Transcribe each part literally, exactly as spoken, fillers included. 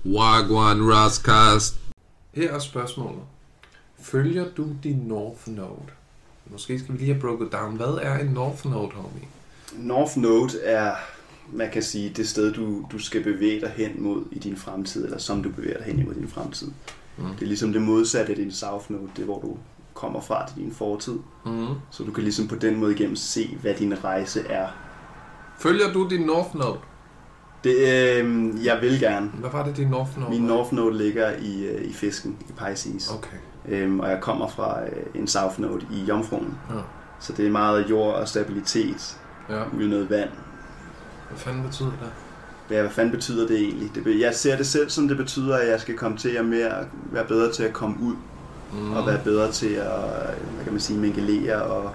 Wagwan Rascast. Her er spørgsmålet. Følger du din North Node? Måske skal vi lige have broken down. Hvad er en North Node, homie? North Node er, man kan sige, det sted, du, du skal bevæge dig hen mod i din fremtid, eller som du bevæger dig hen imod din fremtid. Mm. Det er ligesom det modsatte af din South Node, det er, hvor du kommer fra til din fortid. Mm. Så du kan ligesom på den måde igennem se, hvad din rejse er. Følger du din North Node? Det, øh, jeg vil gerne. Hvad var det, din North Node? Min North Node ligger i, øh, i fisken, i Pisces. Okay. Øhm, og jeg kommer fra øh, en South Node i Jomfruen. Ja. Så det er meget jord og stabilitet. Ja. Uden noget vand. Hvad fanden betyder det? Ja, hvad fanden betyder det egentlig? Det, jeg ser det selv som det betyder, at jeg skal komme til at mere, være bedre til at komme ud. Mm. Og være bedre til at, hvad kan man sige, mingelere og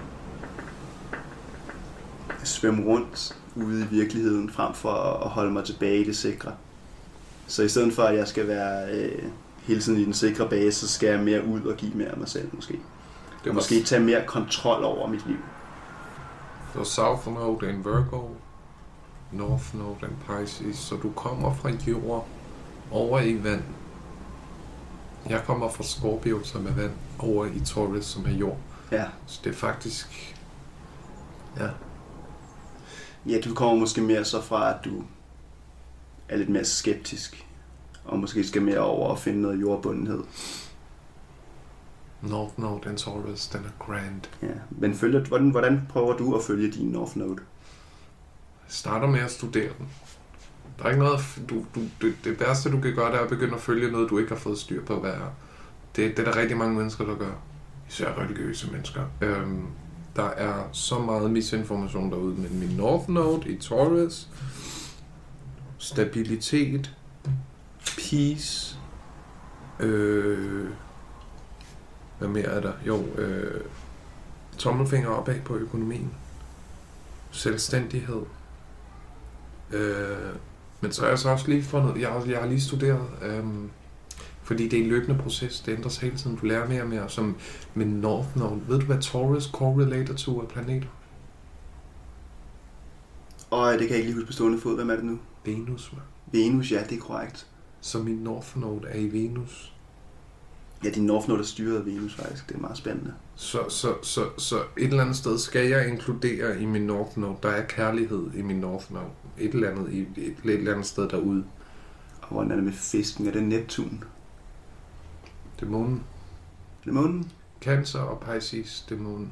svømme rundt ude i virkeligheden, frem for at holde mig tilbage i det sikre. Så i stedet for, at jeg skal være øh, hele tiden i den sikre base, så skal jeg mere ud og give mere af mig selv, måske. Det måske tage mere kontrol over mit liv. Så South Node en Virgo, North Node en Pisces, så du kommer fra jord over i vand. Jeg kommer fra Scorpio, som er vand, over i Taurus, som er jord. Ja. Så det er faktisk... Ja. Ja, du kommer måske mere så fra, at du er lidt mere skeptisk, og måske skal mere over at finde noget jordbundenhed. North Node and Taurus, den er grand. Ja, men følger, hvordan, hvordan prøver du at følge din North Node? Jeg starter med at studere den. Der er ikke noget, du, du, det, det værste du kan gøre, det er at begynde at følge noget, du ikke har fået styr på, hvad er. Det, det er der rigtig mange mennesker, der gør. Især religiøse mennesker. Øhm, der er så meget misinformation derude, men min North Node i Taurus, stabilitet, peace, øh, hvad mere er der? Jo, øh, tommelfinger opad på økonomien, selvstændighed. Øh, men så er jeg så også lige fundet, jeg har, jeg har lige studeret, øh, fordi det er en løbende proces, det ændres hele tiden, du lærer mere og mere, som med North Node. Ved du hvad Taurus correlator to af planeter? Og det kan jeg ikke lige huske på stående fod, hvem er det nu? Venus, man. Venus, ja, det er korrekt. Så min North Node er i Venus. Ja, din North Node er styret af Venus faktisk, det er meget spændende. Så, så, så, så et eller andet sted skal jeg inkludere i min North Node, der er kærlighed i min North Node. Et eller andet, i, et, et eller andet sted derude. Og hvordan er det med fisken? Er det Neptun? Det er månen. Det er månen? Cancer og Pisces, det er månen.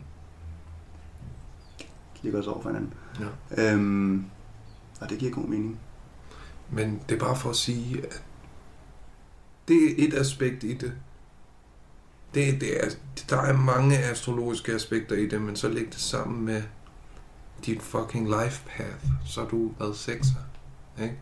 De ligger også over for hinanden. Ja. Øhm, og det giver god mening. Men det er bare for at sige, at det er et aspekt i det. Det, det er, der er mange astrologiske aspekter i det, men så læg det sammen med dit fucking life path, så er du været sekser, ikke?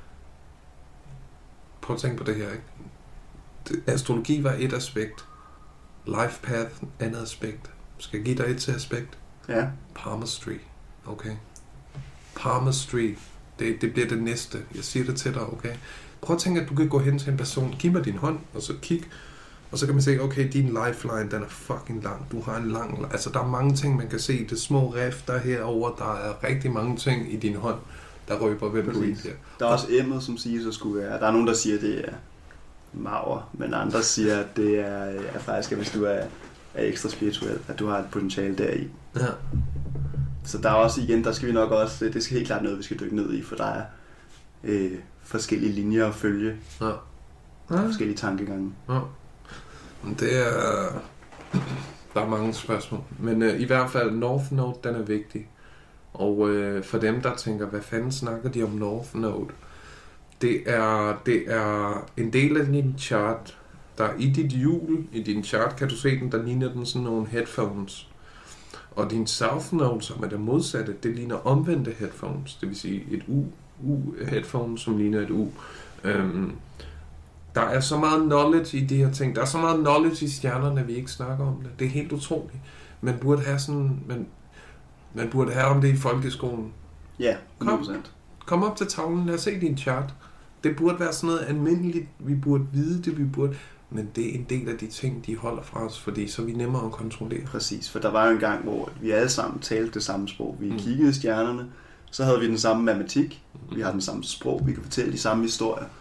Prøv at tænke på det her, ikke? Det, astrologi var et aspekt, life path andet aspekt. Skal jeg give dig et til aspekt? Ja. Palmistry, okay? Palmistry, det, det bliver det næste. Jeg siger det til dig, okay? Prøv at tænke, at du kan gå hen til en person, giv mig din hånd, og så kig. Og så kan man se, okay, din lifeline, den er fucking lang. Du har en lang... Altså, der er mange ting, man kan se. Det små rift, der herovre, der er rigtig mange ting i din hånd, der røber, hvem du er. Der er også emnet, som siger, at skulle være... Der er nogen, der siger, at det er maver, men andre siger, at det er, er faktisk, at hvis du er, er ekstra spirituel, at du har et potentiale deri. Ja. Så der er også igen, der skal vi nok også... Det skal helt klart noget, vi skal dykke ned i, for der er øh, forskellige linjer at følge. Ja. Ja. Forskellige tankegange. Ja. Det er... Der er mange spørgsmål. Men øh, i hvert fald, North Node, den er vigtig. Og øh, for dem, der tænker, hvad fanden snakker de om North Node? Det er, det er en del af din chart. Der i dit hjul, i din chart, kan du se den, der ligner den sådan nogle headphones. Og din South Node, som er det modsatte, det ligner omvendte headphones. Det vil sige et U, U-headphone, som ligner et U. Øhm, Der er så meget knowledge i de her ting. Der er så meget knowledge i stjernerne, at vi ikke snakker om det. Det er helt utroligt. Man burde have sådan... Man, man burde have om det i folkeskolen. Ja, hundrede procent. Kom, kom op til tavlen, lad os se din chart. Det burde være sådan noget almindeligt. Vi burde vide det, vi burde... Men det er en del af de ting, de holder fra os, fordi så er vi nemmere at kontrollere. Præcis, for der var jo en gang, hvor vi alle sammen talte det samme sprog. Vi mm. kiggede i stjernerne, så havde vi den samme matematik, vi har den samme sprog, vi kan fortælle de samme historier.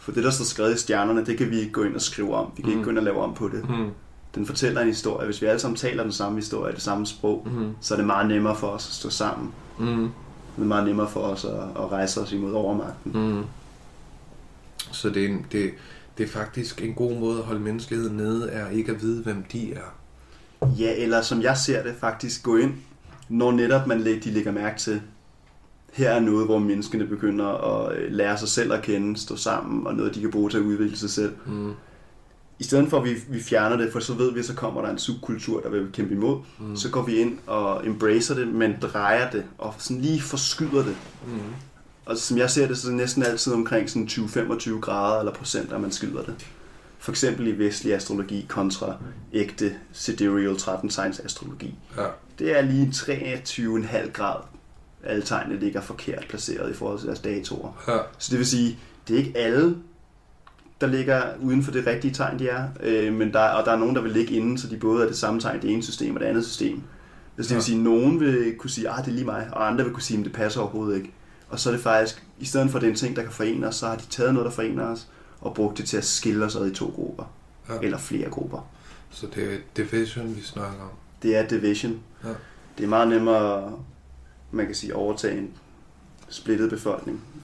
For det, der står skrevet i stjernerne, det kan vi ikke gå ind og skrive om. Vi kan mm. ikke gå ind og lave om på det. Mm. Den fortæller en historie. Hvis vi alle sammen taler den samme historie, det samme sprog, mm. så er det meget nemmere for os at stå sammen. Mm. Det er meget nemmere for os at, at rejse os imod overmagten. Mm. Så det er, en, det, det er faktisk en god måde at holde menneskeligheden nede, er ikke at vide, hvem de er. Ja, eller som jeg ser det, faktisk gå ind, når netop man de lægger mærke til, her er noget, hvor menneskene begynder at lære sig selv at kende, stå sammen, og noget, de kan bruge til at udvikle sig selv. Mm. I stedet for, at vi, vi fjerner det, for så ved vi, så kommer der en subkultur, der vil kæmpe imod. Mm. Så går vi ind og embracer det, men drejer det, og sådan lige forskyder det. Mm. Og som jeg ser det, så er det næsten altid omkring sådan tyve til femogtyve grader eller procent, at man skyder det. For eksempel i vestlig astrologi kontra ægte sidereal tretten tegns astrologi. Ja. Det er lige treogtyve komma fem grad. Alle tegnene ligger forkert placeret i forhold til deres datoer. Ja. Så det vil sige, det er ikke alle, der ligger uden for det rigtige tegn, de er. Øh, men der, og der er nogen, der vil ligge inden, så de både er det samme tegn, det ene system og det andet system. Så det vil sige, at nogen vil kunne sige, at det er lige mig, og andre vil kunne sige, at det passer overhovedet ikke. Og så er det faktisk, i stedet for at det er en ting, der kan forene os, så har de taget noget, der forener os, og brugt det til at skille os ad i to grupper. Ja. Eller flere grupper. Så det er division, vi snakker om? Det er division. Ja. Det er meget nemmere, man kan sige, overtage en splittet befolkning,